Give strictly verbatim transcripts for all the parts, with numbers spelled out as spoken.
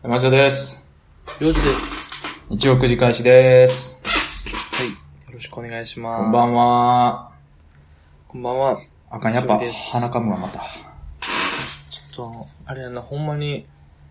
山下です。 りょうじです。 日曜くじ開始です。 はい。よろしくお願いします。 こんばんは。 こんばんは。 あかん、やっぱ鼻かむわ、また。 ちょっと、あれやな、ほんまに、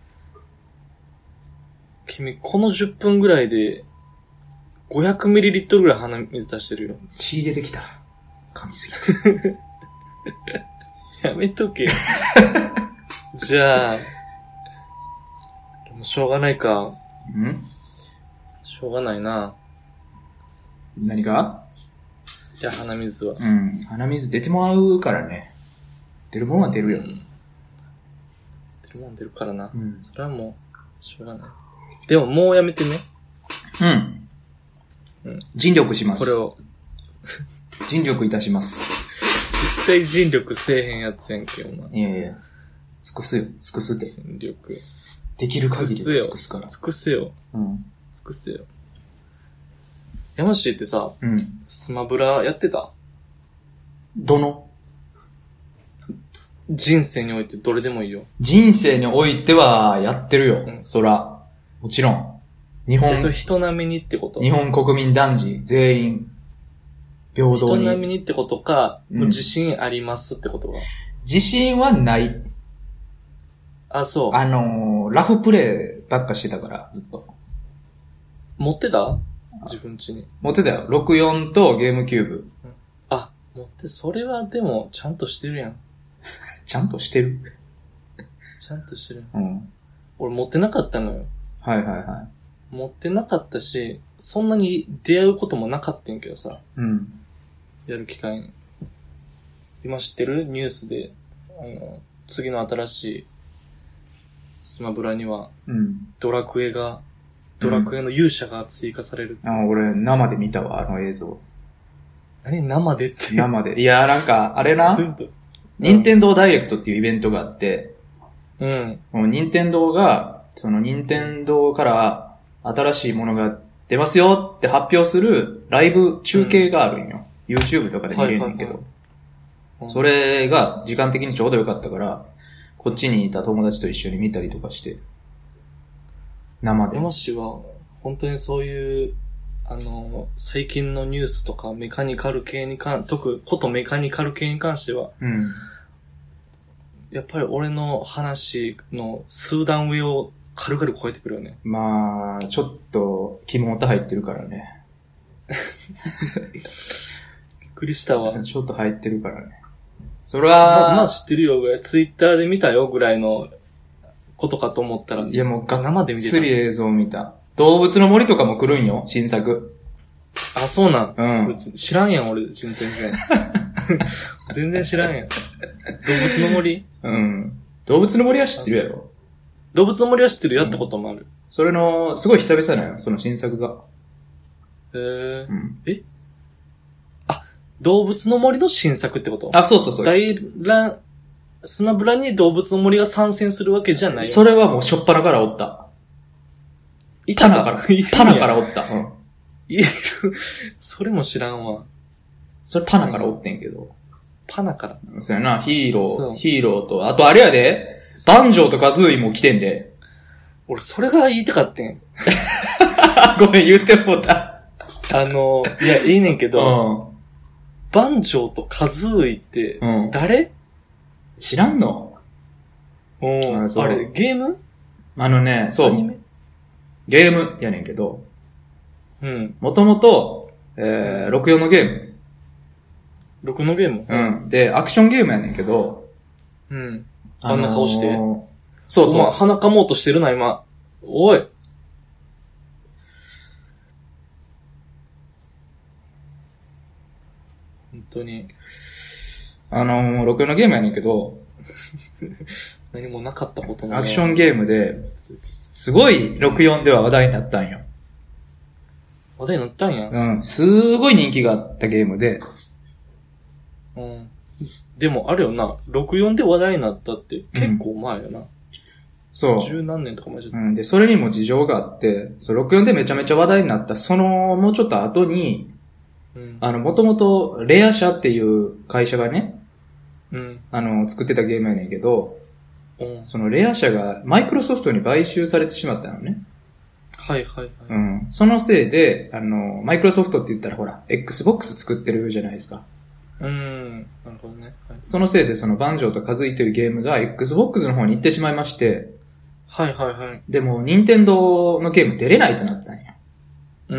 君、このじゅっぷんぐらいで、ごひゃくミリリットルぐらい鼻水出してるよ。 血出てきた。噛みすぎて。 やめとけよ。じゃあ、もうしょうがないか。 んしょうがないな。 何が？ いや、鼻水は。 うん。鼻水出てもらうからね。出るもんは出るよ。うん、 出るもん出るからな。 うん。 それはもう、しょうがない。でも、もうやめてね。 うん。うん。尽力します。 これを。 尽力いたします。 絶対尽力せえへんやつやんけ、お前。 いやいや。尽くすよ。尽くすって。 尽力。 できる限り尽くすから。 尽くせよ。 うん。 尽くせよ。山下ってさ、 うん。 スマブラやってた？ どの？ 人生においてどれでもいいよ。 人生においてはやってるよ。うん、そら。もちろん。日本。 それ人並みにってこと？ 日本国民男児全員。平等に。 人並みにってことか、うん、もう自信ありますってことか。 自信はない。 あ、そう。 あのー、ラフプレイばっかしてたから、ずっと。 持ってた？自分家に。 持ってたよ。ろくじゅうよんとゲームキューブ。うん、 あ、持って、それはでも、ちゃんとしてるやん。 ちゃんとしてるちゃんとしてる。 うん。 俺持ってなかったのよ。 はいはいはい。 持ってなかったし、そんなに出会うこともなかったんけどさ。 うん。 やる機会に。今知ってるニュースで、あの、次の新しいスマブラには、 うん。 ドラクエが、ドラクエの勇者が追加されるって、 うん。あ、俺生で見たわ、あの映像。 何生でって。 生で。いや、なんか、あれな。任天堂ダイレクトっていうイベントがあって、 うん。 もう任天堂が、その任天堂から新しいものが出ますよって発表するライブ中継があるんよ。うん、YouTube とかで見れるんだけど、はいはいはい。それが時間的にちょうどよかったから、こっちにいた友達と一緒に見たりとかして、生で。 山氏は、本当にそういう、あの、最近のニュースとかメカニカル系に関、特、ことメカニカル系に関しては、 うん。 やっぱり俺の話の数段上を軽々超えてくるよね。 まあ、ちょっと、肝元入ってるからね。 びっくりしたわ。 ちょっと入ってるからね。それは、 ま、まあ知ってるよぐらい、ツイッターで見たよぐらいのことかと思ったら、 いやもう、 生で見てた。 がっつり映像見た。動物の森とかも来るんよ、新作。 あ、そうなん。 うん。 知らんやん、俺、全然。全然知らんやん。動物の森？ うん。動物の森は知ってるやろ。 動物の森は知ってる、やったこともある。うん、 それの、すごい久々なよ、その新作が。 へー。 うん。 え？あ、動物の森の新作ってこと？ あ、そうそうそう。 大乱、スマブラに動物の森が参戦するわけじゃないよ。 それはもうしょっぱなからおった。 いたパナから。パナからおった。うん。 いる。それも知らんわ。 それパナからおってんけど。 パナから。 そうやな、ヒーロー、ヒーローと、あとあれやで、バンジョーとカズーイも来てんで。 俺、それが言いたかってん。 ごめん、言ってもうた。 あの、いや、いいねんけど、 うん、 バンジョーとカズーイって、誰、うん、 知らんの？ うん、あ, あれ、ゲーム？ あのね、そう。アニメ？ゲームやねんけど、 うん。 もともと、えー、ろくじゅうよんのゲーム。 ろくのゲーム？ うん。で、アクションゲームやねんけど、 うん。あんな顔して。 そうそう。 お前、鼻かもうとしてるな、今。おい。本当に。 あのー、ろくじゅうよんのゲームやねんけど、 何もなかったことない。 アクションゲームで、すごいろくじゅうよんでは話題になったんよ。 話題になったんや。 うん。すごい人気があったゲームで。 うん。でも、あれよな、ろくじゅうよんで話題になったって結構前よな。うん、 そう。 十何年とか前じゃん。 うん。で、それにも事情があって、そう、ろくじゅうよんでめちゃめちゃ話題になった、その、もうちょっと後に、うん、あの、もともと、レア社っていう会社がね、 うん。 あの、作ってたゲームやねんけど、 うん。 そのレア社がマイクロソフトに買収されてしまったのね。 はいはいはい。 うん。そのせいで、あの、マイクロソフトって言ったらほら、Xbox 作ってるじゃないですか。 うーん。なるほどね。はい、 そのせいでそのバンジョーとカズイというゲームが Xbox の方に行ってしまいまして、 はいはいはい。 でも、任天堂のゲーム出れないとなったんや。 うん。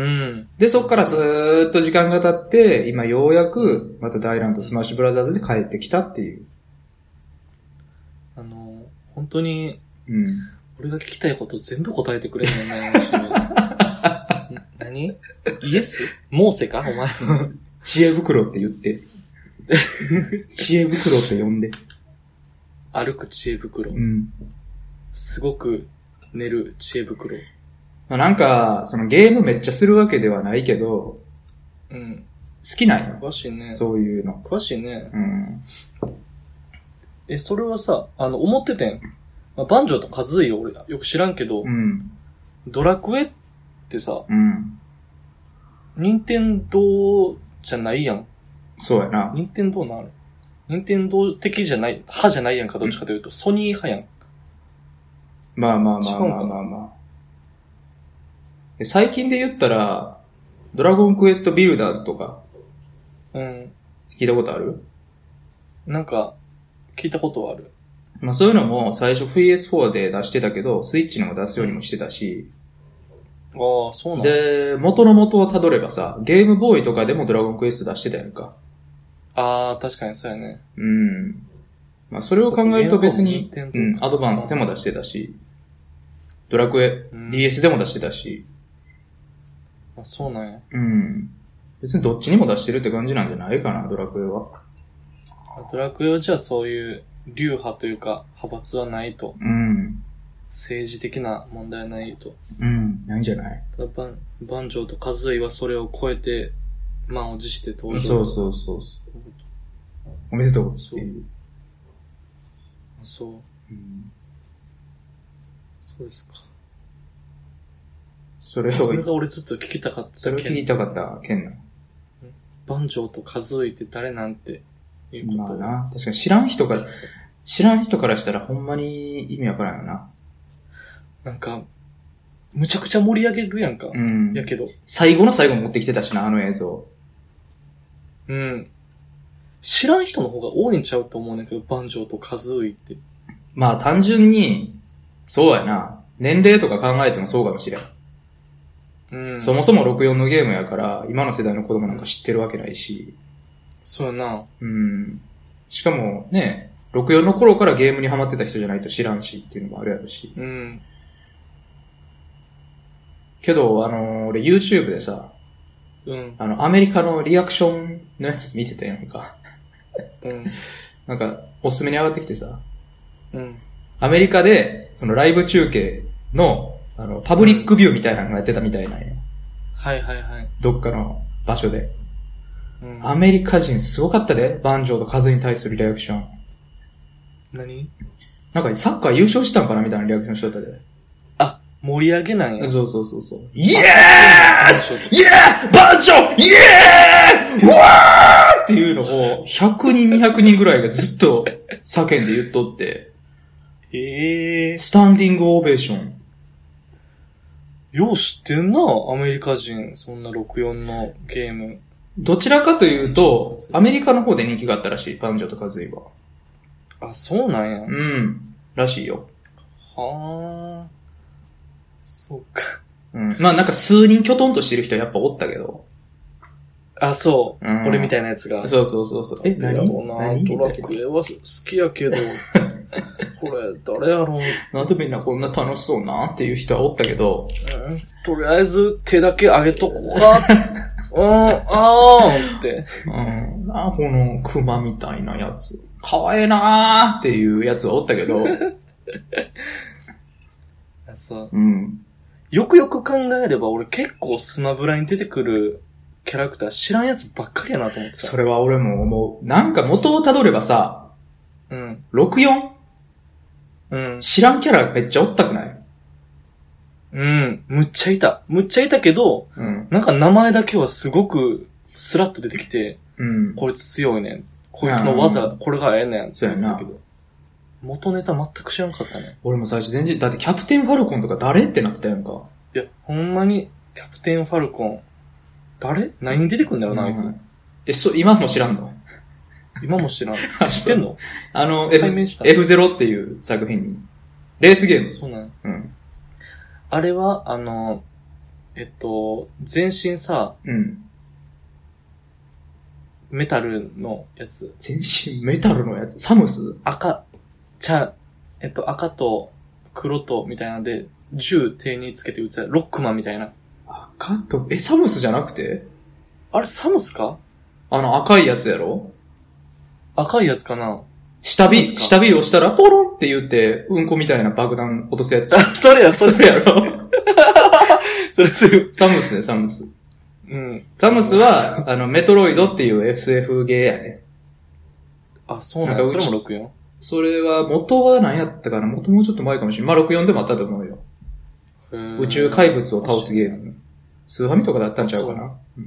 で、そっからずーっと時間が経って、今ようやく、また大乱闘スマッシュブラザーズで帰ってきたっていう。 あの、本当に、 うん。 俺が聞きたいこと全部答えてくれんねんな、何イエスモーセかお前。 知恵袋って言って。知恵袋って呼んで。 歩く知恵袋。 うん。 すごく寝る知恵袋。 まあ、なんか、そのゲームめっちゃするわけではないけど、 うん。 好きなんよ。 詳しいね。 そういうの。 詳しいね。 うん。 え、それはさ、あの、思っててん。まあ、バンジョーとカズイを俺よく知らんけど、 うん。 ドラクエってさ、 うん。 任天堂じゃないやん。 そうやな。 任天堂なあれ。任天堂的じゃない、派じゃないやんか、どっちかというと、うん、ソニー派やん。 まあまあまあまあまあまあ。最近で言ったら、ドラゴンクエストビルダーズとか。 うん。 聞いたことある？ なんか、聞いたことはある。 まあそういうのも最初 ピーエスフォー で出してたけど、スイッチにも出すようにもしてたし。 うん、ああ、そうなんだ。 で、元の元を辿ればさ、ゲームボーイとかでもドラゴンクエスト出してたやんか。 ああ、確かにそうやね。 うん。まあそれを考えると別に、 うん、 アドバンスでも出してたし、ドラクエ、うん、ディーエス でも出してたし。 あ、そうなんや。 うん。別にどっちにも出してるって感じなんじゃないかな、ドラクエは。 ドラクエはじゃあそういう流派というか派閥はないと。 うん。 政治的な問題はないと。 うん、ないんじゃない？ バン、バンジョーとカズイはそれを超えて、満を持して登場。 そうそうそうそう。おめでとうっていう。 そう。 うん、 そうですか。 それを。 それが俺ずっと聞きたかった。 それを聞きたかった件なの。 バンジョーとカズイって誰なんていうこと。 まあな。確かに知らん人から、知らん人からしたらほんまに意味わからんよな。 なんか、むちゃくちゃ盛り上げるやんか。 うん。 やけど。 最後の最後持ってきてたしな、あの映像。 うん。知らん人の方が多いんちゃうと思うねんけど、バンジョーとカズイって。 まあ単純に、そうやな。年齢とか考えてもそうかもしれん。うん。そもそもろくじゅうよんのゲームやから、今の世代の子供なんか知ってるわけないし。 そうやな。 うん。しかもね、ろくじゅうよんの頃からゲームにハマってた人じゃないと知らんしっていうのもあるやろし。 うん。 けど、あのー、俺 YouTube でさ、 うん。 あの、アメリカのリアクションのやつ見てたやんか。 うん。 なんか、おすすめに上がってきてさ、 うん。 アメリカで、そのライブ中継の、あの、パブリックビューみたいなのがやってたみたいなんや。 はいはいはい。 どっかの場所で。 うん、 アメリカ人すごかったで、バンジョーとカズに対するリアクション。 何？ なんかサッカー優勝したんかなみたいなリアクションしとったで。 あ、盛り上げなんや。 そうそうそうそう。イエースイエーバンジョーイエーうわーっていうのをひゃくにんにひゃくにんぐらいがずっと叫んで言っとって。 ええー。 スタンディングオベーション。 よう知ってんな、アメリカ人。そんなろくじゅうよんのゲーム。 どちらかというと、アメリカの方で人気があったらしい、バンジョーとカズイは。 あ、そうなんや。 うん。らしいよ。 はあ。そうか。 うん。まあなんか数人キョトンとしてる人はやっぱおったけど。 あ、そう。 うん、 俺みたいなやつが。 そうそうそうそう。 え、何やろうな。ドラクエは好きやけど、これ誰やろう。 なんでみんなこんな楽しそうなっていう人はおったけど。 うん、とりあえず手だけ上げとこうか。うん、あーって。 うん。なこの熊みたいなやつ。かわええなーっていうやつはおったけど。 そう。 うん。 よくよく考えれば俺結構スマブラに出てくるキャラクター知らんやつばっかりやなと思ってた。 それは俺も思う。なんか元を辿ればさ、 うん。 ろくじゅうよん？ うん。 知らんキャラめっちゃおったくない？ うん。むっちゃいた。むっちゃいたけど、 うん。 なんか名前だけはすごくスラッと出てきて、 うん。 こいつ強いねん。こいつの技、これがええねんって言ってたけど。 元ネタ全く知らんかったね。 俺も最初全然、だってキャプテンファルコンとか誰ってなってたやんか。 いや、ほんまに、キャプテンファルコン、誰何に出てくんだろうな、あいつ。 うん、え、そう、今も知らんの？ 今も知らん。知ってんの？ あの、F、エフゼロ っていう作品に。レースゲーム。 そうなん。 うん。 あれは、あの、えっと、全身さ、 うん。 メタルのやつ。 全身メタルのやつ？サムス？ 赤、ちゃ、えっと、赤と黒とみたいなので、銃手につけて撃つやロックマンみたいな。 赤と、え、サムスじゃなくて？ あれサムスか？ あの赤いやつやろ？ 赤いやつかな？ 下火、下火をしたらポロンって言って、うんこみたいな爆弾落とすやつ。 あ、それや、それやろ。それそれ。 サムスね、サムス。 うん。 サムスは、あの、メトロイドっていう エスエフ ゲーやね。 あ、そうなんだ。それもろくよん？ それは、元は何やったかな？元もうちょっと前かもしれない。まあ、ろくよんでもあったと思うよ。宇宙怪物を倒すゲーム。スーファミとかだったんちゃうかな。うん、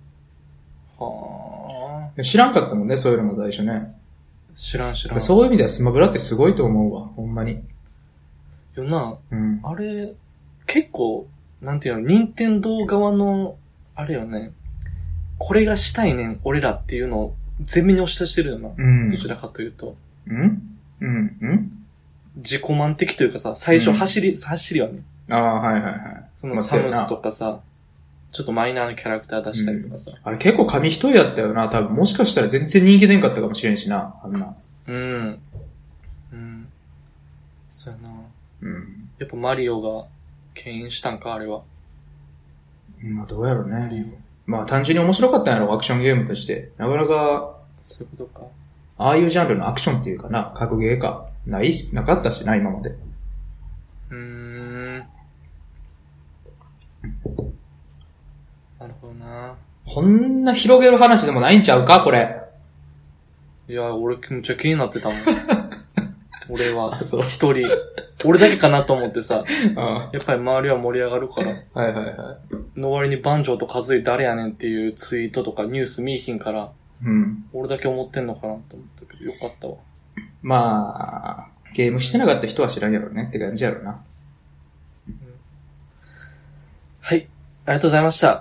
はあ。 知らんかったもんね、そういうのも最初ね。 知らん知らん。 そういう意味ではスマブラってすごいと思うわ、ほんまに。 よな、 うん、 あれ、結構、なんていうの、任天堂側の、あれよね、これがしたいねん、俺らっていうのを全面に押し出してるよな。うん、どちらかというと。 うんうんうん自己満的というかさ、最初走り、うん、走りはね。 ああ、はいはいはい。 そのサムスとかさ、ちょっとマイナーなキャラクター出したりとかさ。 うん、あれ結構紙一重やったよな。多分もしかしたら全然人気出んかったかもしれんしな。あんな。 うん。うん。そうやな。 うん。 やっぱマリオが牽引したんか、あれは。 まあどうやろうね。まあ単純に面白かったんやろ、アクションゲームとして。なかなか、 そういうことか。 ああいうジャンルのアクションっていうかな、格ゲーか。ない、なかったしな、今まで。 うーん。なるほどな。 こんな広げる話でもないんちゃうか、これ。 いや、俺めっちゃ気になってたもん。俺は、 そう一人。俺だけかなと思ってさ、 ああやっぱり周りは盛り上がるから。 はいはいはい。 の割にバンジョーとカズイ誰やねんっていうツイートとかニュース見いひんから、 うん。 俺だけ思ってんのかなって思ったけど、よかったわ。 まあ、ゲームしてなかった人は知らんやろねって感じやろな。 うん、はい。ありがとうございました。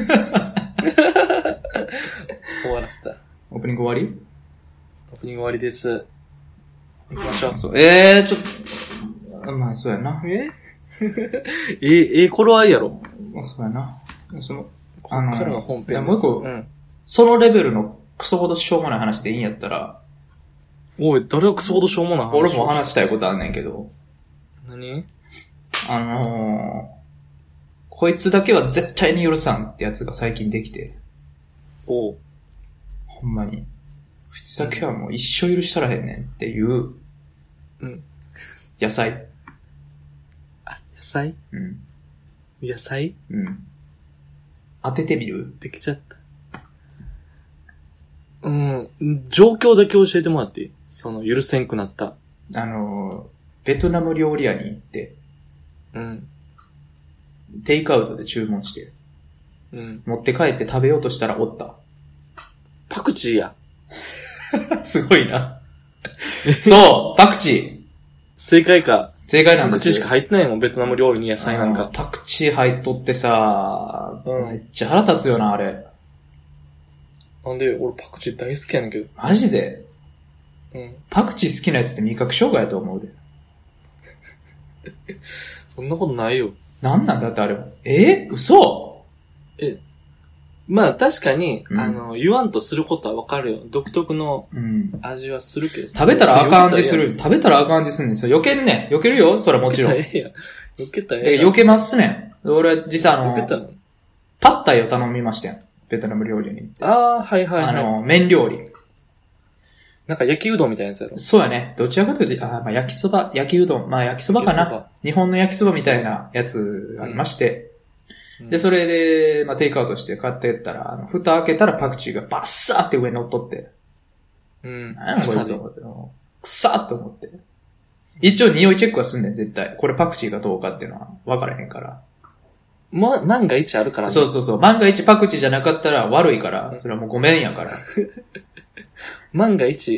終わらせた。 オープニング終わり？ オープニング終わりです。行きましょう。 そうえー、ちょっと、まあそうやな。 ええー、ええ頃合いやろ。 まあそうやな。その、 こっからが本編です。 もう一個、うん、そのレベルのクソほどしょうもない話でいいんやったら、 おい、誰がクソほどしょうもない話？ 俺も話したいことあんねんけど。 何？ あのー、こいつだけは絶対に許さんってやつが最近できて。 おう。 ほんまに。こいつだけはもう一生許したらへんねんっていう。 うん。 野菜。 あ、野菜？ うん。 野菜？ うん。当ててみる？ できちゃった。うん。状況だけ教えてもらっていい？その、許せんくなった。 あの、ベトナム料理屋に行って、 うん。 テイクアウトで注文して、 うん。 持って帰って食べようとしたらおった。 パクチーや。 すごいな。そう、パクチー。 正解か。 正解なんですよ。 パクチーしか入ってないもん、ベトナム料理に野菜なんか。 パクチー入っとってさ、 うん、 めっちゃ腹立つよな、あれ。 なんで、俺パクチー大好きやねんけど。 マジで？ うん。 パクチー好きなやつって味覚障害やと思うで。 そんなことないよ。 なんなんだってあれ。え？嘘？ え、まあ確かに、 うん、 あの、言わんとすることはわかるよ。独特の味はするけど。うん、 食べたらあかん味する。食べたらあかん味するんですよ。避けんねん。避けるよ。それはもちろん。 避けたらええやん。避けたらええやん。 避けますねん。俺、実際あの、 避けたのパッタイを頼みましたよ。ベトナム料理に。 ああ、はいはいはい。 あの、麺料理。 なんか焼きうどんみたいなやつやろ。 そうやね。どちらかというと、あまあ焼きそば、焼きうどん。まあ焼きそばかな。日本の焼きそばみたいなやつがありまして。うん、で、それで、まあテイクアウトして買っていったら、あの、蓋開けたらパクチーがバッサーって上に乗っとって。 うん。 何やこいつと思って。くさーっと思って。一応匂いチェックはすんねん、絶対。これパクチーがどうかっていうのは分からへんから。 ま、万が一あるからね。 そうそうそう。万が一パクチーじゃなかったら悪いから、それはもうごめんやから。 万が一、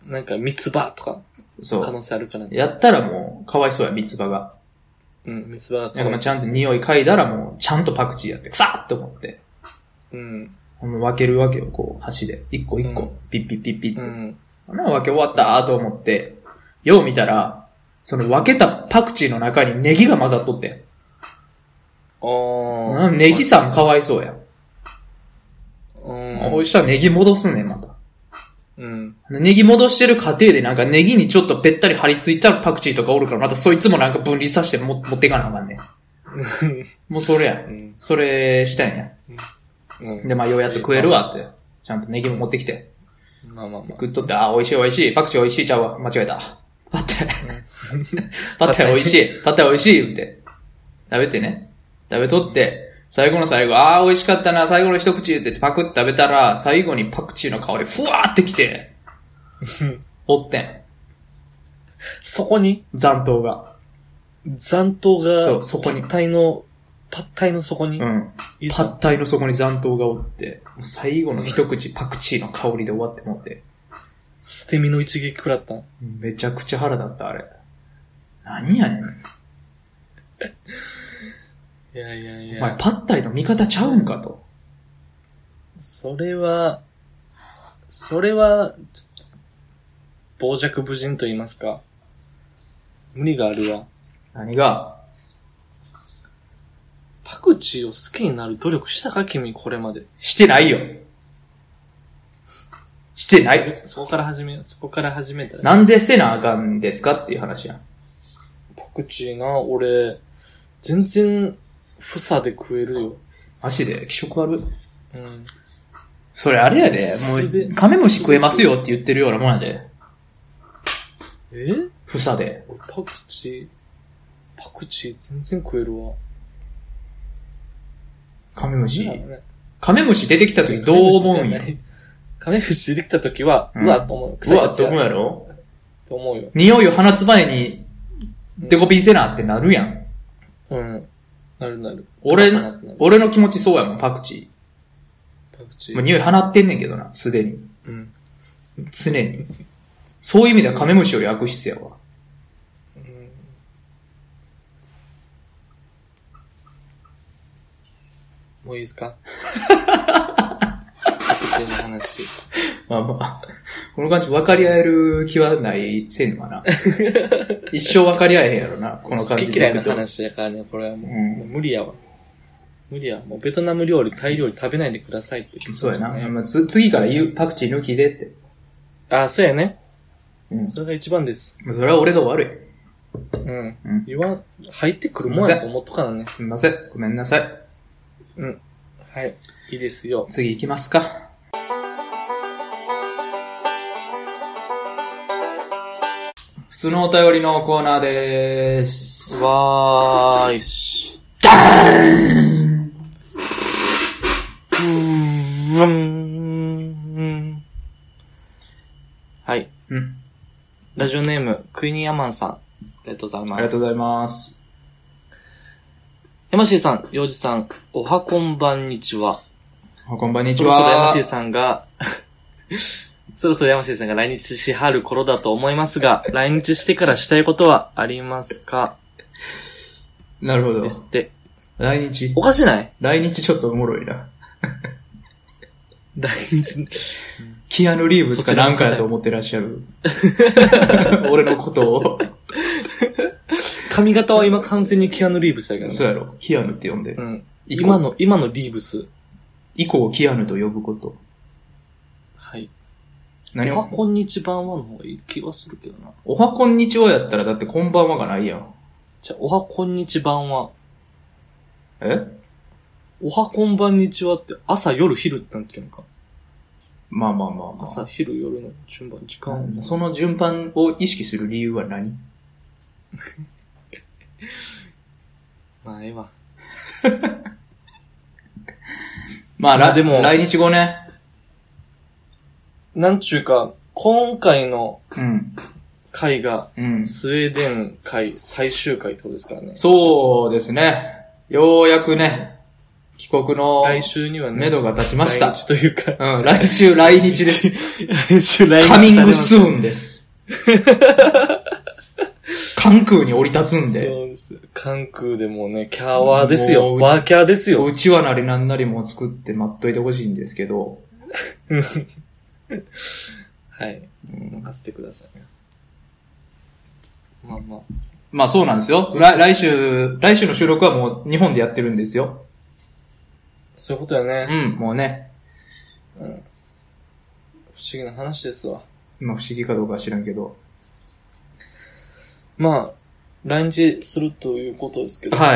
なんか三つ葉とか、 そう。 可能性あるからね。 やったらもう、かわいそうや、三つ葉が。 うん、三つ葉が。 なんかちゃんと匂い嗅いだらもう、ちゃんとパクチーやって、くさーって思って。 うん。 分けるわけよ、こう、箸で。一個一個、うん、ピッピッピッピッって。うん。 分け終わったーと思って、よう見たら、その分けたパクチーの中にネギが混ざっとって。 あー。 ネギさんかわいそうや。 うん。 そしたらネギ戻すねん、また。 うん。 ネギ戻してる過程でなんかネギにちょっとぺったり張り付いたパクチーとかおるから、またそいつもなんか分離させても持っていかなあかんねん。もうそれや、うん。それしたんや。うん、で、まあようやっと食えるわって。ちゃんとネギも持ってきて。 まあまあまあ。 食っとって、あ、美味しい美味しい。パクチー美味しいちゃうわ。間違えた。パッタイ。パッタイ美味しい。パッタイ美味しいって。食べてね。食べとって、最後の最後、あー美味しかったな、最後の一口って言ってパクって食べたら、最後にパクチーの香りふわーってきて、おってん。 そこに残党が。 残党が、 そう、そこに。 パッタイの、パッタイの底に。 うん。パッタイの底に残党がおって、最後の一口パクチーの香りで終わってもって。 捨て身の一撃食らった。 めちゃくちゃ腹だった、あれ。何やねん。 いやいやいや。 お前、パッタイの味方ちゃうんかと。 それは、それは、傍若無人と言いますか。無理があるわ。 何が？ パクチーを好きになる努力したか君、これまで。 してないよ。してない。 そこから始め、そこから始めたら。 なんでせなあかんですかっていう話やん。 パクチーな、俺、全然、房で食えるよ。 足で気色悪い。うん。それあれやで、もう、カメムシ食えますよって言ってるようなもんやで。 え？ 房で。 パクチー、パクチー全然食えるわ。 カメムシ、ね、カメムシ出てきた時どう思うんや？ カメムシ出てきた時は、うん、うわっと思うよ。 うわっと思うやろ？ と思うよ。 匂いを放つ前に、デコピンせなってなるやん。 うん。なるなる。 俺、俺の気持ちそうやもん、パクチー。パクチー。 まあ、匂い放ってんねんけどな、すでに。 うん。 常に。そういう意味ではカメムシより悪質やわ。 うん。もういいですか？パクチーの話。 まあまあ、この感じ分かり合える気はないせんのかな。一生分かり合えへんやろな、この感じで。 好き嫌いの話やからね、これはもう、うん、もう無理やわ。無理や。もうベトナム料理、タイ料理食べないでくださいって、ね。 そうやな。まあ、つ次から言う、パクチー抜きでって。 ああ、そうやね。うん。それが一番です。 それは俺が悪い。 うん。うん、言わん、入ってくるもんやと思っとかなね。 すみません。ごめんなさい。 うん。はい。いいですよ。 次行きますか。普通のお便りのコーナーでーす。 わーいし。 ダーンうーん。はい。 うん。 ラジオネーム、クイニーアマンさん。ありがとうございます。 ありがとうございます。 ヤマシーさん、ヨウジさん、おはこんばんにちは。 おはこんばんにちは。 そろそろヤマシーさんが、そろそろヤマシーさんが来日しはる頃だと思いますが、来日してからしたいことはありますか？ なるほど。 ですって。 来日おかしない？ 来日ちょっとおもろいな。 来日、 キアヌ・リーブスかなんかやと思ってらっしゃる。俺のことを。 髪型は今完全にキアヌ・リーブスだけどね。 そうやろ。キアヌって呼んで。 うん。今の、今のリーブス。 以降キアヌと呼ぶこと。 はい。 何をおはこんにちばんはの方がいい気はするけどな。 おはこんにちはやったらだってこんばんはがないやん。 じゃあ、おはこんにちばんは。 え？ おはこんばんにちはって朝夜昼ってなってるのか。 まあまあまあまあ。 朝昼夜の順番、時間。 その順番を意識する理由は何？ まあ、ええわ。 まあ、まあ、でも、来日後ね。 なんちゅうか、今回の回が、 うん、 スウェーデン回最終回ってことですからね。 そうですね。ようやくね、 帰国の、 来週にはね、 目処が立ちました。 来日というか。 うん、来週来日です。 来週来日。 カミングスーンです。関空に降り立つんで。 そうです。関空でもね、キャワーですよ。ワーキャーですよ。 うちわなりなんなりも作って待っといてほしいんですけど。 はい。任せてください。まあまあ。 まあそうなんですよ。来、来週、来週の収録はもう日本でやってるんですよ。 そういうことやね。 うん、もうね。 うん。不思議な話ですわ。 まあ不思議かどうかは知らんけど。 まあ、来日するということですけど。 はい。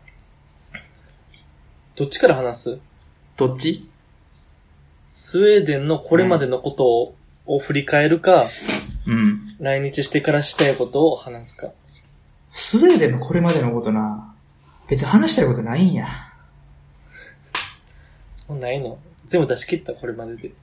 どっちから話す？ どっち？ スウェーデンのこれまでのことを、うん、を振り返るか、 うん。 来日してからしたいことを話すか。 スウェーデンのこれまでのことな、別に話したいことないんや。 もうないの？全部出し切ったこれまでで。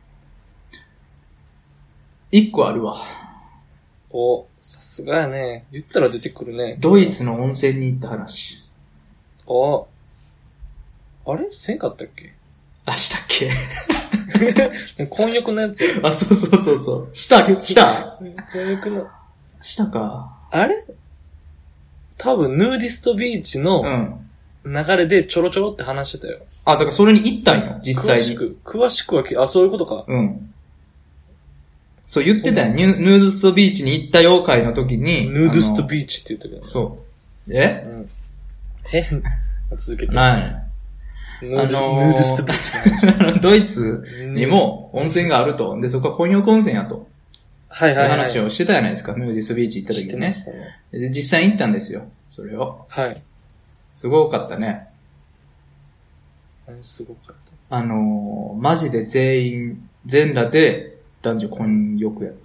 一個あるわ。 お、さすがやね。言ったら出てくるね。 ドイツの温泉に行った話。 あ、あれせんかったっけ？ あ、したっけ？ 混浴のやつや。 あ、そうそうそうそう。した、した混浴の。 したか。 あれ多分、ヌーディストビーチの流れでちょろちょろって話してたよ。 あ、だからそれに行ったんよ、実際に。 詳しく、詳しくはき、あ、そういうことか。 うん。そう言ってたよ。ヌーディストビーチに行った妖怪の時に。 ヌーディストビーチって言ったけど、ね。 そう。え？ うん。変。続けて。 ない。 ヌーディストビーチ。ドイツにも温泉があると。で、そこは混浴温泉やと。 はいはいはい。 話をしてたじゃないですか。ヌーディストビーチ行った時にね。してましたね。で、実際に行ったんですよ。それを。 はい。 すごかったね。 すごかった。 あのー、マジで全員、全裸で男女混浴やった。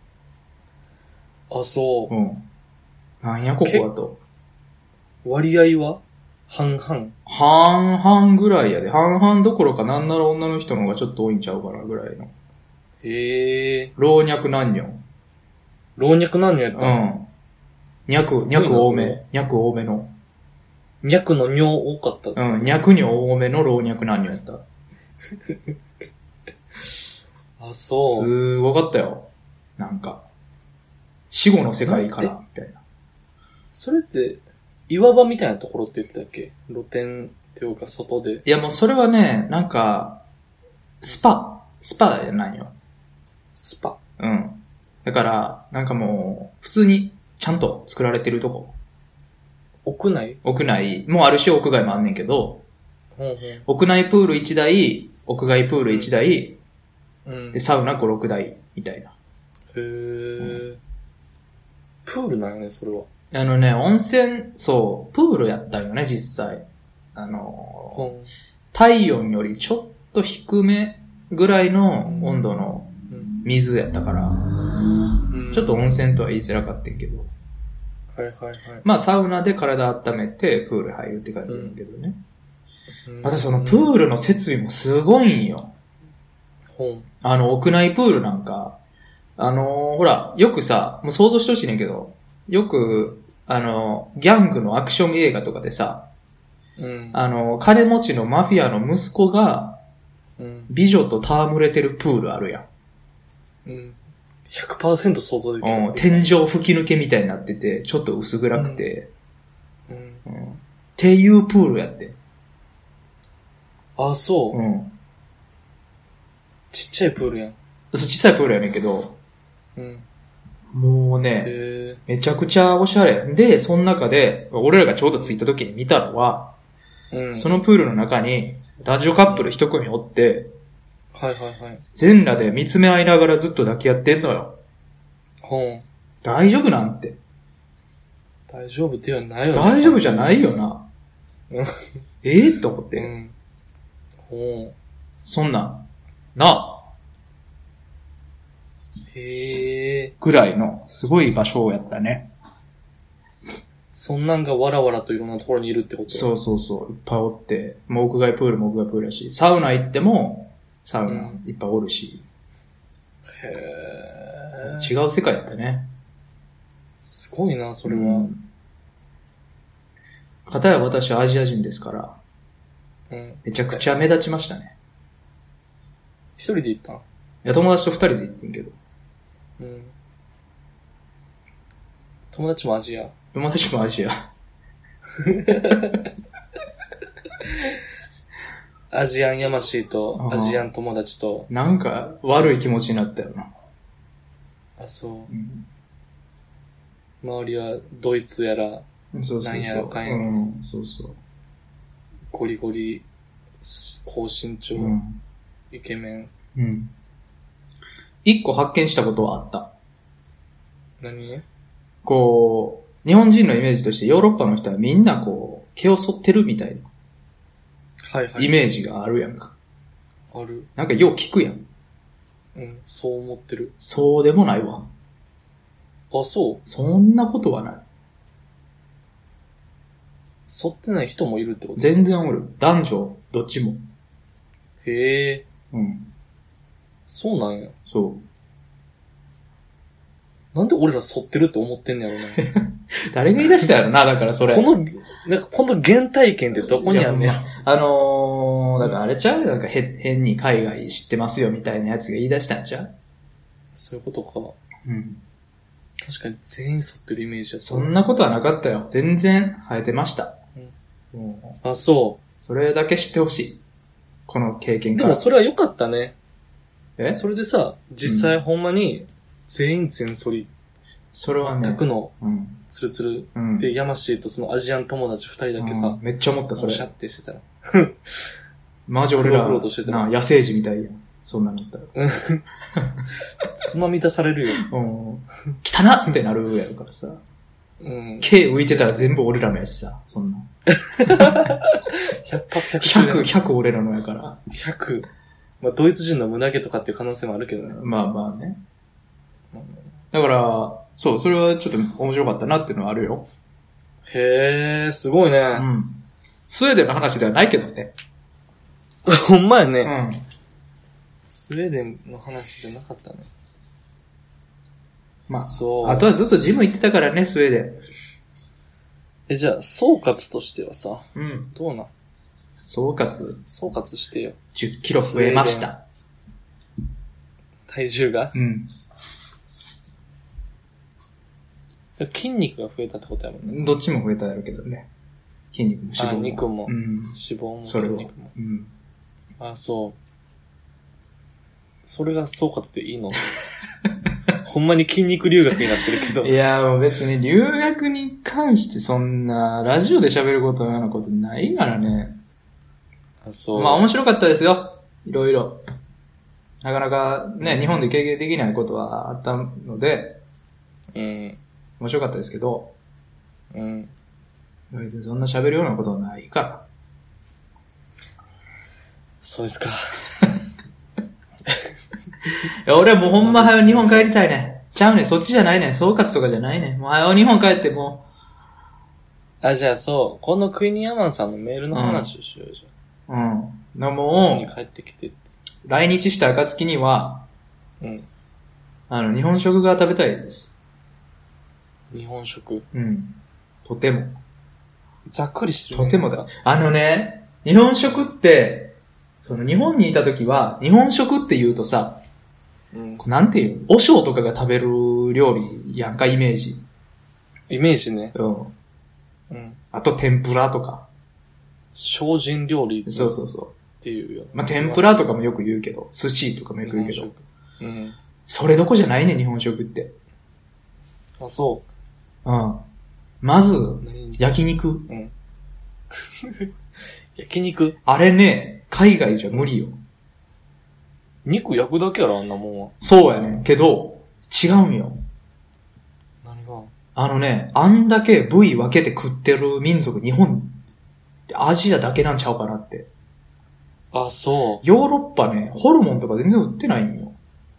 あ、そう。 うん。なんやここはと。 割合は半々。 半々ぐらいやで。半々どころかなんなら女の人の方がちょっと多いんちゃうかなぐらいの。 へえ。 老若男女。 老若男女やった。 うん。脈、脈多め。脈多めの。 脈の尿多かったって。 うん。脈に多めの老若男女やった。 あ、そう。 すごかったよ。なんか。死後の世界から、みたいな。 それって、岩場みたいなところって言ってたっけ？露天っていうか外で。 いやもうそれはね、なんか、スパ。スパじゃないよ。 スパ。 うん。だから、なんかもう、普通にちゃんと作られてるとこ。 屋内？ 屋内。もうあるし屋外もあんねんけど、 うんうん、 屋内プールいちだい、屋外プールいちだい、 うん、 でサウナご、ろくだい、みたいな。 へー、うん。プールなんよね、それは。 あのね、温泉、そう、プールやったよね、実際。あの、うん、体温よりちょっと低めぐらいの温度の水やったから、うん、ちょっと温泉とは言いづらかったんけど。 はいはいはい。 まあ、サウナで体温めて、プール入るって感じだけどね。うん、またそのプールの設備もすごいんよ。うん、あの、屋内プールなんか、あのー、ほら、よくさ、もう想像してほしいねんけど、よく、あの、ギャングのアクション映画とかでさ、うん、あの、金持ちのマフィアの息子が、美女と戯れてるプールあるやん。 うん、ひゃくパーセント 想像できる、 うん。天井吹き抜けみたいになってて、ちょっと薄暗くて、うんうん、っていうプールやって。 あ、そう。 うん。 ちっちゃいプールやん。 そう、ちっちゃいプールやねんけど、うん、もうね、めちゃくちゃおしゃれ。で、その中で、俺らがちょうど着いた時に見たのは、うん、そのプールの中に、男女カップル一組おって、 はいはいはい。 全裸で見つめ合いながらずっと抱き合ってんのよ。ほん。大丈夫なんて。 大丈夫ではないよね。 大丈夫じゃないよな。ええと思って。うん。ほん。そんな、なあ。 へえ。 ぐらいの、すごい場所やったね。 そんなんがわらわらといろんなところにいるってこと？ そうそうそう。いっぱいおって、もう屋外プールも屋外プールやし、サウナ行っても、サウナいっぱいおるし。うん、へー。違う世界だったね。 すごいな、それは。うん、 かたや私はアジア人ですから。 うん。 めちゃくちゃ目立ちましたね。 一人で行ったん？いや、友達と二人で行ってんけど。 うん。友達もアジア。 友達もアジア。 アジアンヤマシーとアジアン友達と。 なんか悪い気持ちになったよな。 あ、そう。 うん、 周りはドイツやら、 そうそうそう。 なんやらかんやら、 うん、そうそう。 ゴリゴリ、高身長、うん、イケメン。 うん。一個発見したことはあった。 何？ こう、日本人のイメージとしてヨーロッパの人はみんなこう、毛を剃ってるみたいな。 はいはい。 イメージがあるやんか。 ある。 なんかよう聞くやん。 うん、そう思ってる。 そうでもないわ。 あ、そう？ そんなことはない。 剃ってない人もいるってこと？ 全然おる。男女、どっちも。 へえ。 うん。 そうなんや。 そう。 なんで俺ら剃ってるって思ってんねやろな。 誰が言い出したやろな、だからそれ。 この、なんかこの原体験ってどこにあんねや。 あのー、だからあれちゃうなんかへ変に海外知ってますよみたいなやつが言い出したんちゃう？ そういうことか。 うん。 確かに全員剃ってるイメージだった。 そんなことはなかったよ。全然生えてました。 うん、あ、そう。 それだけ知ってほしい。この経験から。 でもそれは良かったね。 え？ それでさ、実際ほんまに全員全剃り。 それはね。 全くの、 うん。 ツルツル。うん、で、ヤマシーとそのアジアン友達二人だけさ、 うん、めっちゃ思ったそれ。 シャってしてたら。 マジ俺ら、 黒々としてたらな野生児みたいやん。そんなのったら。 つまみ出されるよ。 うん。汚なってなるやるからさ。 うん。 毛浮いてたら全部俺らのやしさ、そんな。 百発百中。百、百俺らのやから。 百。まあ、ドイツ人の胸毛とかっていう可能性もあるけどね。 まあまあね。だから、そう、それはちょっと面白かったなっていうのはあるよ。 へー、すごいね。 うん。スウェーデンの話ではないけどね。 ほんまやね。 うん。 スウェーデンの話じゃなかったね。 まあ、 そう。 あとはずっとジム行ってたからね、スウェーデン。 え、じゃあ、総括としてはさ、 うん。 どうなん？ 総括総括してよ。 じゅっキロ増えました。 体重が？ うん。 それ筋肉が増えたってことやもんね。 どっちも増えたやるけどね。筋肉も脂肪も。 あ、肉も。 うん。 脂肪も筋肉も。 うん。 あ、そう。それが総括でいいの？ほんまに筋肉留学になってるけど。 いや、もう別に留学に関してそんな、ラジオで喋ることのようなことないからね。 あ、そう。 まあ面白かったですよ。いろいろ。なかなかね、日本で経験できないことはあったので、 うん。 面白かったですけど、 うん。 別にそんな喋るようなことはないから。 そうですか。 いや俺はもうほんま早う日本帰りたいね。ちゃうねん、そっちじゃないねん。総括とかじゃないねん。もう早う日本帰ってもう。あ、じゃあそう、このクイニーアマンさんのメールの話をしようじゃん。うん。うん。もう、 日本に帰ってきてって。 来日した暁には、 うん。 あの、日本食が食べたいです。 日本食？ うん。とても。 ざっくりしてる、ね。 とてもだ。あのね、日本食って、その日本にいた時は、日本食って言うとさ、うん、なんていうお尚とかが食べる料理やんか、イメージ。 イメージね。 うん。 うん。 あと天ぷらとか。 精進料理。 そうそうそう。 っていうよ。 まあ、天ぷらとかもよく言うけど、寿司とかもよく言うけど。 うん。 それどこじゃないね、日本食って。 あ、そう。 うん。まず、焼肉。うん。 焼肉？ あれね、海外じゃ無理よ。 肉焼くだけやろ、あんなもんは。 そうやね。けど、違うんよ。 何が？ あのね、あんだけ部位分けて食ってる民族、日本、アジアだけなんちゃうかなって。 あ、そう。 ヨーロッパね、ホルモンとか全然売ってないんよ。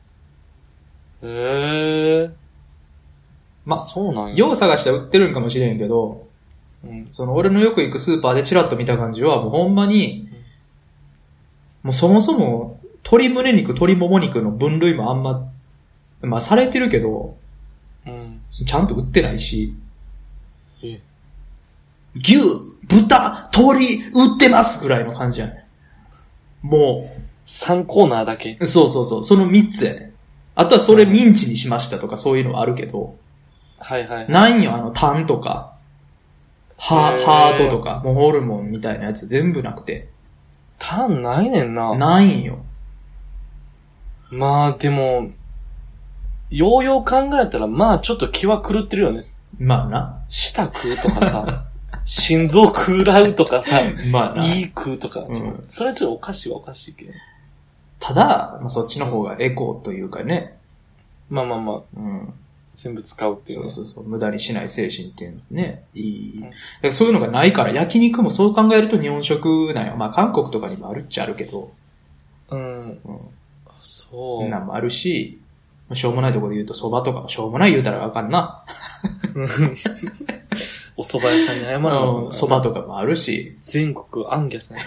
へえ。 ま、 そうなんや。 よう探して売ってるんかもしれんけど、うん、その俺のよく行くスーパーでチラッと見た感じは、もうほんまに、うん、もうそもそも、鶏胸肉、鶏もも肉の分類もあんま、まあされてるけど、うん、ちゃんと売ってないし、 え牛、豚、鳥、売ってますぐらいの感じやね。もう。 さんコーナーだけ。 そうそうそう。そのみっつやね。あとはそれミンチにしましたとかそういうのはあるけど。 はいはい、はい。 ないんよ、あの、タンとか、ハハートとか、もうホルモンみたいなやつ全部なくて。 タンないねんな。 ないんよ。 まあでも、ようよう考えたら、まあちょっと気は狂ってるよね。 まあな。 舌食うとかさ、心臓食らうとかさ、 まあな。 胃食うとか、 うん、 それはちょっとおかしいはおかしいけど。 ただ、まあ、そっちの方がエコーというかね。 まあまあまあ。 うん。 全部使うっていう、 ね。そうそうそう。無駄にしない精神っていうのね。いい、うん。そういうのがないから、焼肉もそう考えると日本食なんよ。まあ韓国とかにもあるっちゃあるけど。 うん。うん、そう。 なんもあるし、しょうもないところで言うと蕎麦とか、しょうもない言うたらあかんな。 お蕎麦屋さんに謝るの。 蕎麦とかもあるし。 全国アンギャスね。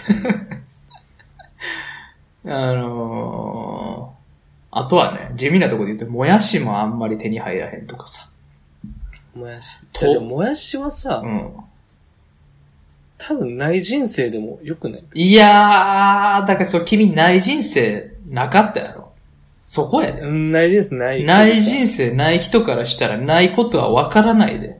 あのー、あとはね、地味なところで言うと、もやしもあんまり手に入らへんとかさ。 もやし。と、もやしはさ、うん、多分ない人生でもよくない？ いやー、だからそう、君ない人生なかったやろ。そこやで。 ない人生ない。 ない人生ない人からしたらないことはわからないで。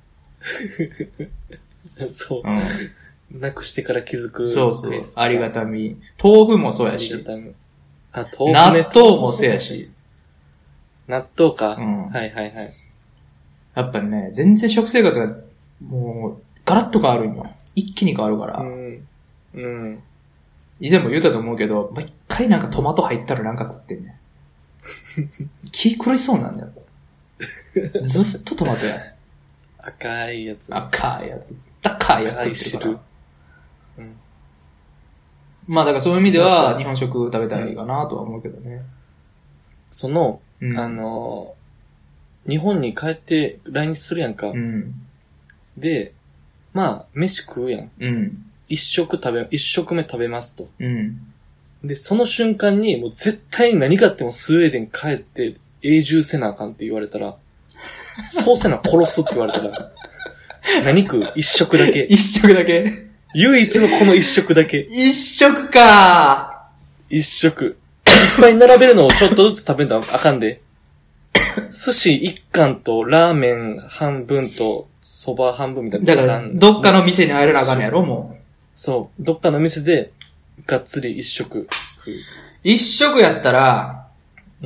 そう。うん、なくしてから気づく。 そうそう。ありがたみ。豆腐もそうやし。 ありがたみ。あ、豆腐、ね、 納豆もそうやし。 納豆か。 うん。 はいはいはい。 やっぱね、全然食生活が、もう、ガラッと変わるんよ。一気に変わるから。うん。うん。以前も言ったと思うけど、毎回なんかトマト入ったらなんか食ってんね。気狂いそうなんだよ。ずっとトマトや。 赤いやつ。 赤いやつ。高いやつ食ってるから。うん。まあだからそういう意味では日本食食べたらいいかなとは思うけどね。 その、うん、あの、日本に帰って来日するやんか。うん、で、まあ、飯食うやん。うん、一食食べ、一食目食べますと。うん、で、その瞬間にもう絶対何かあってもスウェーデン帰って永住せなあかんって言われたら、そうせな殺すって言われたら、何食う？一食だけ。 一食だけ唯一のこの一食だけ。 一食かー。一食。いっぱい並べるのをちょっとずつ食べるのあかんで。寿司一貫とラーメン半分と蕎麦半分みたいな。 だから、どっかの店に入らなあかんのやろ、もう。 そう。どっかの店で、がっつり一食食う。 一食やったら、うん。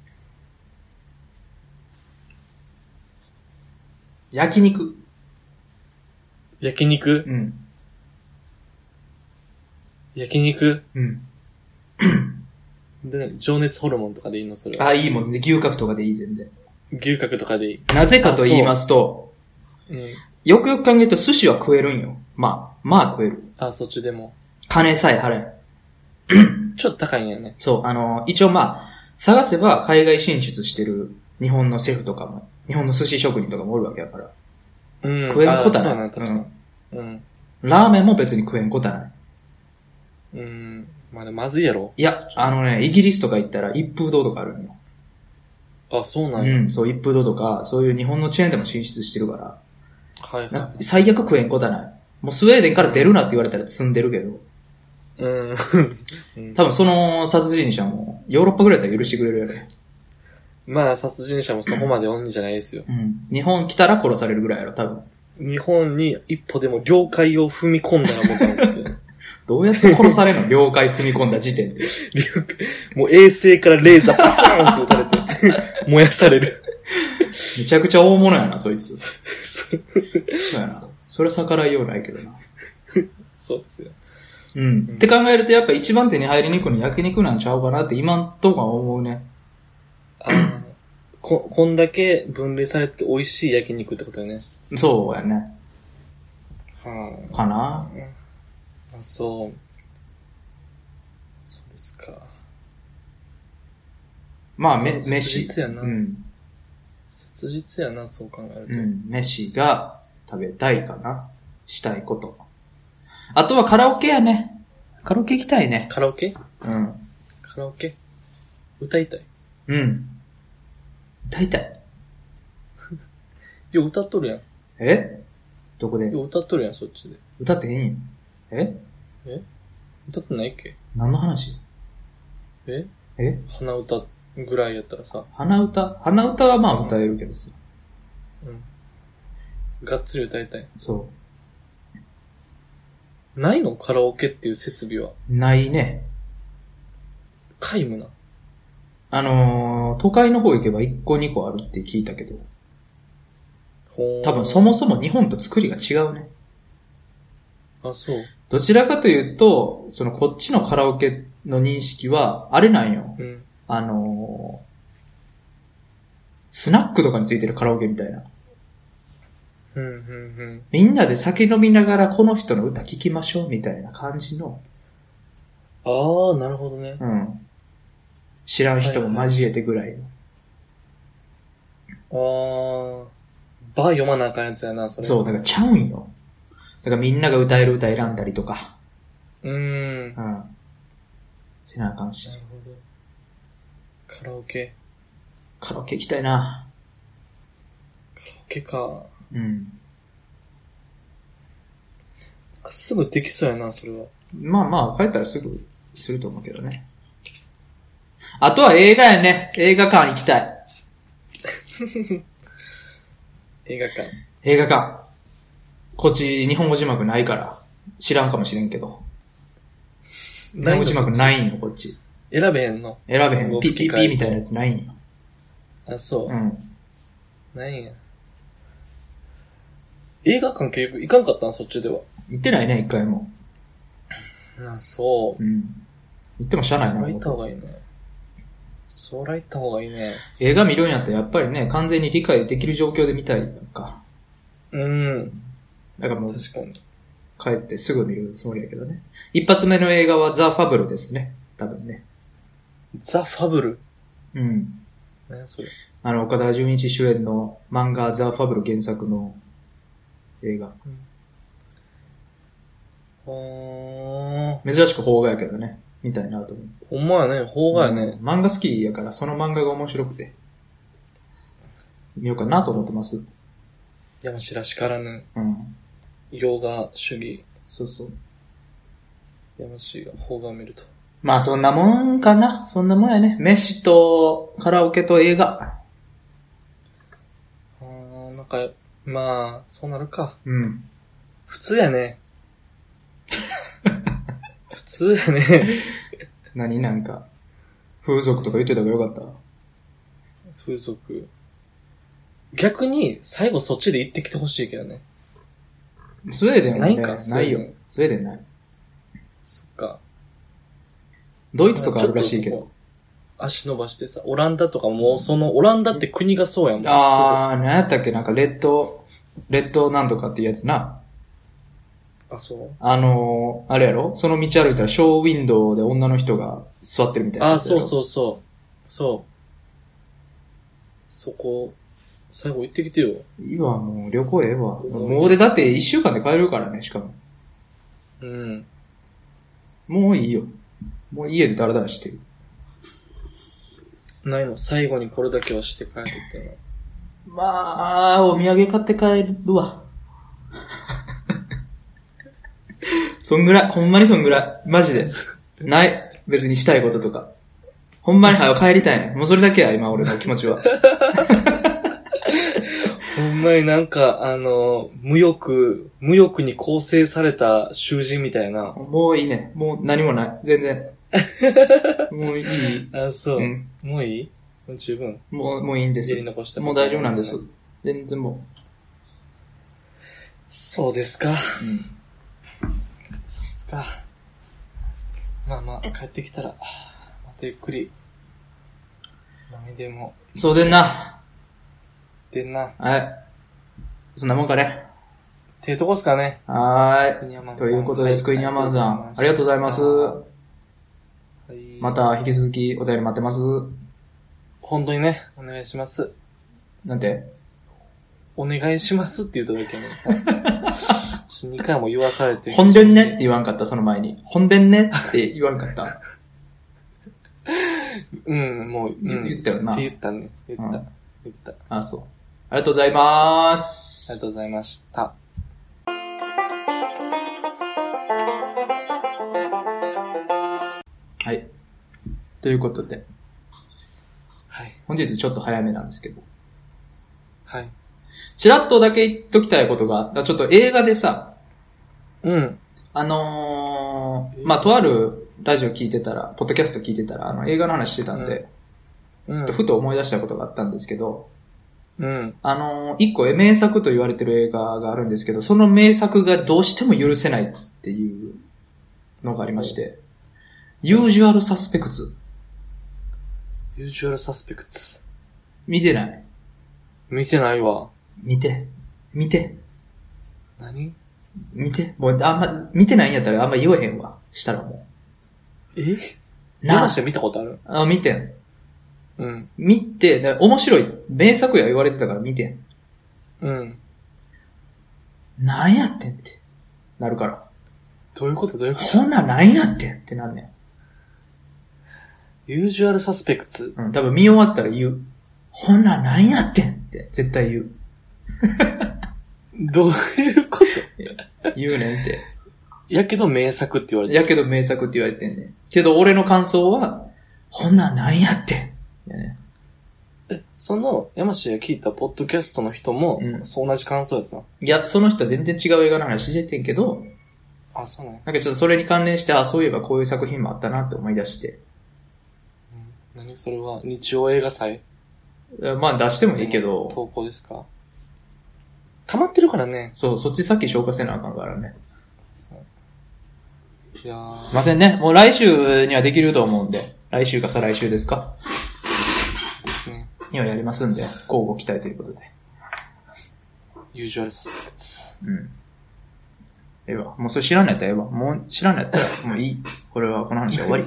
焼肉。 焼肉？うん。焼肉？うん。で、情熱ホルモンとかでいいのそれは。 あ、いいもんね。牛角とかでいい、全然。 牛角とかでいい。 なぜかと言いますと、うん、よくよく考えると寿司は食えるんよ。まあ、まあ食える。 あ、そっちでも。 金さえ払え。 ちょっと高いんやね。 そう、あの、一応まあ、探せば海外進出してる日本のシェフとかも、日本の寿司職人とかもおるわけやから。うん。食えることはない。そうなん、確かに。うん。ラーメンも別に食えんことはない。 うん。まあでもまずいやろ。 いや、あのね、イギリスとか行ったら一風堂とかあるんよ。 あ、そうなんや。 うん、そう、一風堂とか、そういう日本のチェーンでも進出してるから。 はいはい。 最悪食えんことはない。もうスウェーデンから出るなって言われたら積んでるけど。うん。多分その殺人者も、ヨーロッパぐらいだったら許してくれるやろ。 まあ、殺人者もそこまで鬼じゃないですよ。 うん。日本来たら殺されるぐらいやろ、多分。 日本に一歩でも領海を踏み込んだらもうなんですけど。 どうやって殺されるの領海踏み込んだ時点で。 もう衛星からレーザーパスーンって撃たれて、燃やされる。 めちゃくちゃ大物やな、そいつ。そうやな。それは逆らいようないけどな。 そうですよ。 うん。うん、って考えるとやっぱ一番手に入りにくいの焼肉なんちゃうかなって今んとこは思うね。 ああ。こ、こんだけ分類されて美味しい焼肉ってことよね。 そうやね。 はあ。 かな。 あ、そう。そうですか。 まあ、め、飯。 切実やな。 うん。 切実やな、そう考えると。 うん。飯が食べたいかな。したいこと。あとはカラオケやね。カラオケ行きたいね。 カラオケ？ うん。 カラオケ？歌いたい。 うん。歌いたい。 よ、歌っとるやん。 えどこで歌っとるやん、そっちで。 歌ってへんよ。ええ歌ってないっけ？ 何の話？ ええ鼻歌ぐらいやったらさ。 鼻歌鼻歌はまあ歌えるけどさ。 うん。がっつり歌いたい。 そう。 ないの？カラオケっていう設備は。 ないね。 皆無な。 あのー、都会の方行けばいっこにこあるって聞いたけど。多分そもそも日本と作りが違うね。 あ、そう。 どちらかというと、そのこっちのカラオケの認識は、あれなんよ。 うん、 あのー、スナックとかについてるカラオケみたいな。 うんうんうん、 みんなで酒飲みながらこの人の歌聴きましょうみたいな感じの。 ああ、なるほどね。 うん。知らん人も交えてぐらいの。 はいはい、ああ、バー読まなあかんやつやな、それ。 そう、だからちゃうんよ。だからみんなが歌える歌選んだりとか。 うーん。 うん。せなあかんし。 なるほど。カラオケ。 カラオケ行きたいな。 カラオケか。 うん。 すぐできそうやな、それは。 まあまあ、帰ったらすぐすると思うけどね。あとは映画やね。映画館行きたい。 映画館。 映画館。こっち日本語字幕ないから知らんかもしれんけど。日本語字幕ないんよ、こっち。 選べへんの？ 選べへん。ピッピッピーみたいなやつないんよ。 あ、そう。 うん。 ないんや。映画館結局行かんかったん、そっちでは。 行ってないね、一回も。 あ、そう。 うん。行ってもしゃあないな。 そら行った方がいいね。そら行った方がいいね。 映画見るんやったらやっぱりね、完全に理解できる状況で見たいやんか。 うん。 だからもう、 確かに。 帰ってすぐ見るつもりやけどね。一発目の映画はザ・ファブルですね。多分ね。 ザ・ファブル？ うん。 何それ？ あの、岡田准一主演の漫画ザ・ファブル原作の映画。 うん、 珍しく邦画やけどね。見たいなと思って。 ほんまやね。邦画やね、 うん。漫画好きやから、その漫画が面白くて。見ようかなと思ってます。 山知らしからぬ。 うん。 洋画主義。 そうそう。 山知が邦画を見ると。 まあそんなもんかな。そんなもんやね。飯とカラオケと映画。 あー、なんか、まあ、そうなるか。 うん。 普通やね。普通やね。 何なんか、風俗とか言ってた方がよかった？ 風俗。逆に、最後そっちで行ってきてほしいけどね。 スウェーデンはね、 ないか、 ないよ。スウェーデンない。 そっか。 ドイツとかあるらしいけど。 足伸ばしてさ、オランダとかもうその、オランダって国がそうやもん。 あー、何やったっけなんかレッド、レッドなんとかっていうやつな。 あ、そうあのー、あれやろその道歩いたらショーウィンドウで女の人が座ってるみたいな。 あ、そうそうそう。そう。そこ、最後行ってきてよ。 いいわ、もう旅行ええわ。もう俺だって一週間で帰れるからね、しかも。 うん。 もういいよ。もう家でダラダラしてる。 ないの？最後にこれだけはして帰るってのは。 まあ、お土産買って帰るわ。そんぐらい、ほんまにそんぐらい。マジで。ない。別にしたいこととか。ほんまに早く帰りたいね。もうそれだけや、今俺の気持ちは。 ほんまになんか、あの、無欲、無欲に構成された囚人みたいな。 もういいね。もう何もない。全然。もういい。 あ、そう。 うん、 もういい？もう十分。 もう、もういいんです。 やり残したもう大丈夫なんです。全然もう。 そうですか。 うん。 そうですか。まあまあ、帰ってきたら、またゆっくり、何でも。 そうでんな。 でんな。 はい。そんなもんかね。 っていうとこですかね。 はーい。ということで、スクイニャマンさん、ありがとうございます。はい、また引き続きお便り待ってます。 本当にね、お願いします。 なんてお願いしますって言うとだけね。にかいも言わされて。 本殿ねって言わんかった、その前に。本殿ねって言わんかった。 うん、もう、うん、 言ったよな。 って言ったね。言った。 うん、 言った。 あ、そう。ありがとうございます。 ありがとうございました。 ということで。 はい。 本日ちょっと早めなんですけど。 はい。 ちらっとだけ言っときたいことが、ちょっと映画でさ、 うん。 あのー、まあ、とあるラジオ聞いてたら、ポッドキャスト聞いてたら、あの映画の話してたんで、うん、ちょっとふと思い出したことがあったんですけど、 うん。 あのー、一個名作と言われてる映画があるんですけど、その名作がどうしても許せないっていうのがありまして、ユージュアルサスペクツ。 ユージュアルサスペクツ。 見てない？ 見てないわ。 見て。見て。 何？ 見て。もう、あんま、見てないんやったらあんま言えへんわ。したらもう。え？なあ。見たことある？ あ、見てん。 うん。 見て、面白い。名作や言われてたから見てん。 うん。 なんやってんって。なるから。 どういうことどういうこと？ ほんななんやってんってなんねん。 ユージュアルサスペクツ。 うん、多分見終わったら言う。ほんななんやってんって絶対言う。 どういうこと言うねんって。 やけど名作って言われてる。やけど名作って言われてんねん。けど俺の感想は、ほんななんやってん。ね、 え、その山氏が聞いたポッドキャストの人も、うん、そう同じ感想やった？ いや、その人は全然違う映画の話しててんけど、 あ、そうなの？ なんかちょっとそれに関連して、あ、そういえばこういう作品もあったなって思い出して。 うん、何それは日曜映画祭？ まあ出してもいいけど。 投稿ですか？溜まってるからね。 そう、そっちさっき消化せなあかんからね。 いやー。 すいませんね。もう来週にはできると思うんで。来週か再来週ですか？ ですね。 にはやりますんで、交互期待ということで。 ユージュアルサスペクツ。 うん。ええわ。もうそれ知らんのやったらええわ。もう知らんのやったらもういい。これはこの話は終わり。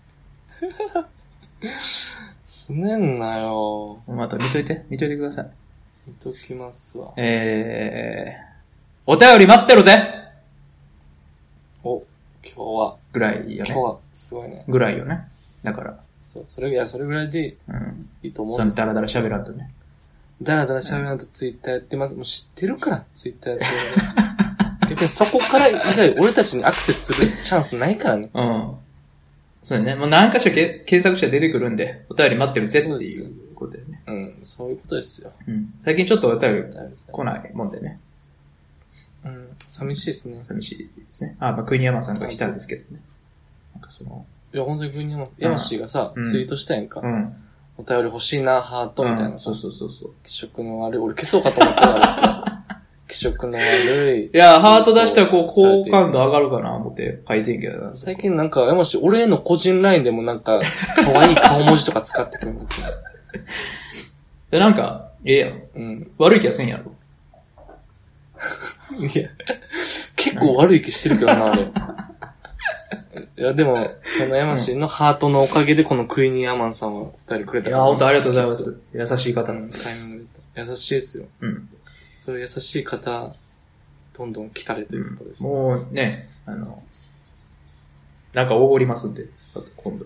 すねんなよ。 また見といて。見といてください。 見ときますわ。 えー、お便り待ってるぜ！ お、今日は。 ぐらいよね。 今日は、すごいね。 ぐらいよね。だから。 そう、それ、いや、それぐらいで、うん。いいと思うんですよ。そのダラダラ喋らんとね。 ダラダラ喋らんとツイッターやってます。もう知ってるから、ツイッターやってる。逆にそこから以外、俺たちにアクセスするチャンスないからね。 うん。そうだね。もう何かしらけ検索したら出てくるんで、お便り待ってるぜっていうことだよね。 うん、そういうことですよ。 うん。最近ちょっとお便り来ないもんでね。 うん、寂しいですね。 寂しいですね。あ、まあ、国山さんが来たんですけどね。なんかその、 いや、本当に国山、山氏がさ、 うん、 ツイートしたやんか。 うん。 お便り欲しいな、ハートみたいな、うん。 そうそうそうそう。 気色の悪い。俺消そうかと思ったら、気色の悪い。 いや、ハート出したらこう、好感度上がるかな思って書いてんけどな。 最近なんか、山氏、俺への個人ラインでもなんか、可愛い顔文字とか使ってくるんだけど。 で、なんか、ええやん。うん。悪い気はせんやろ。 いや、結構悪い気してるけどな、あれ。いや、でも、その山氏のハートのおかげで、このクイニーアマンさんは二人くれたから、 いや、ほんとありがとうございます。優しい方。うん、 タイミングで。優しいですよ。うん。そういう優しい方、どんどん来たれということです。 うん、もうね、あの、なんかおごりますんで、今度。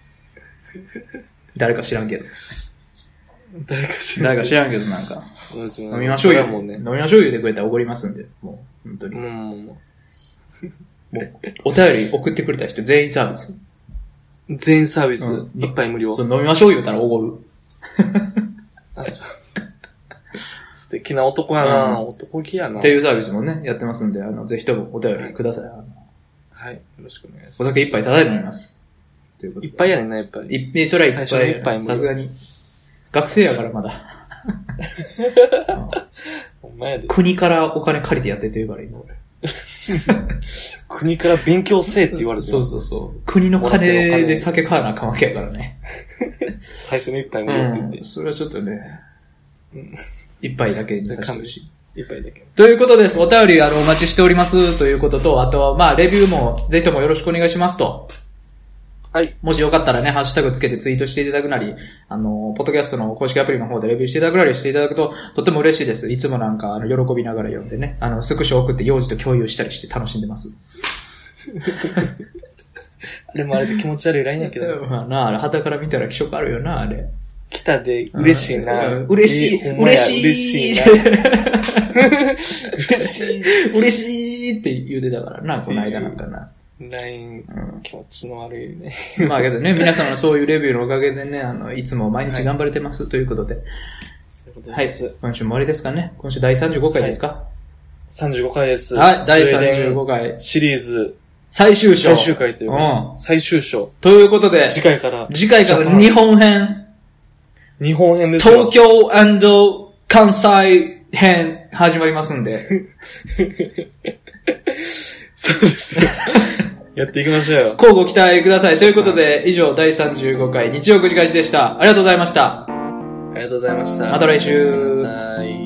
誰か知らんけど。 誰か知らんけど。 誰か知らんけど、なんか。 飲みましょうよ。 もうね。飲みましょうよでくれたらおごりますんで、もう、本当に。 もう、もう、もう。 もう、お便り送ってくれた人全員サービス。 全員サービス。うん、一杯無料。 そう、飲みましょうよ言ったらおごる。 あ、そう。素敵な男やな、うん、男気やな。 っていうサービスもね、やってますんで、あの、ぜひともお便りください。はい、 はい、よろしくお願いします。 お酒一杯ただいま飲みます。 ということで。いっぱいやねんな、やっぱり。 いっそれは一杯。 最初の一杯無料。 さすがに。学生やからまだ。 お前で。 国からお金借りてやってって言うから今俺。 国から勉強せえって言われてる。 そうそうそう。国の金で酒買わなあかんわけやからね。 最初の一杯無料って言って、 うん。それはちょっとね、うん、一杯だけにさせてほしい。 一杯だけ。 ということです。お便りあのお待ちしておりますということと、あとはまあレビューもぜひともよろしくお願いしますと。 はい。 もしよかったらね、ハッシュタグつけてツイートしていただくなり、あの、ポッドキャストの公式アプリの方でレビューしていただくなりしていただくと、とても嬉しいです。いつもなんか、あの、喜びながら読んでね、あの、スクショ送って幼児と共有したりして楽しんでます。 あれもあれで気持ち悪いラインやけど。 まあな、あれ、旗から見たら気色あるよな、あれ。 来たで、嬉しいな。 嬉しい、嬉しい。嬉しい。嬉しい。嬉しいって言うてたからな、この間なんかな。 ライン、うん、気持ちの悪いね。 まあけどね、皆様のそういうレビューのおかげでね、あの、いつも毎日頑張れてます、はい、ということで。 そういうことです。 はい。今週も終わりですかね。今週だいさんじゅうごかいですか、はい、 さんじゅうごかいです。 はい、だいさんじゅうごかい。 シリーズ。 最終章。 最終回というか、うん、最終章。 ということで、 次回から。 次回から日本編。 日本編ですよ。東京&関西編始まりますんで。 そうですよ。やっていきましょうよ。 交互期待ください。ということで、以上だいさんじゅうごかい日曜くじ返しでした。ありがとうございました。 ありがとうございました。 また来週。 おやすみなさい。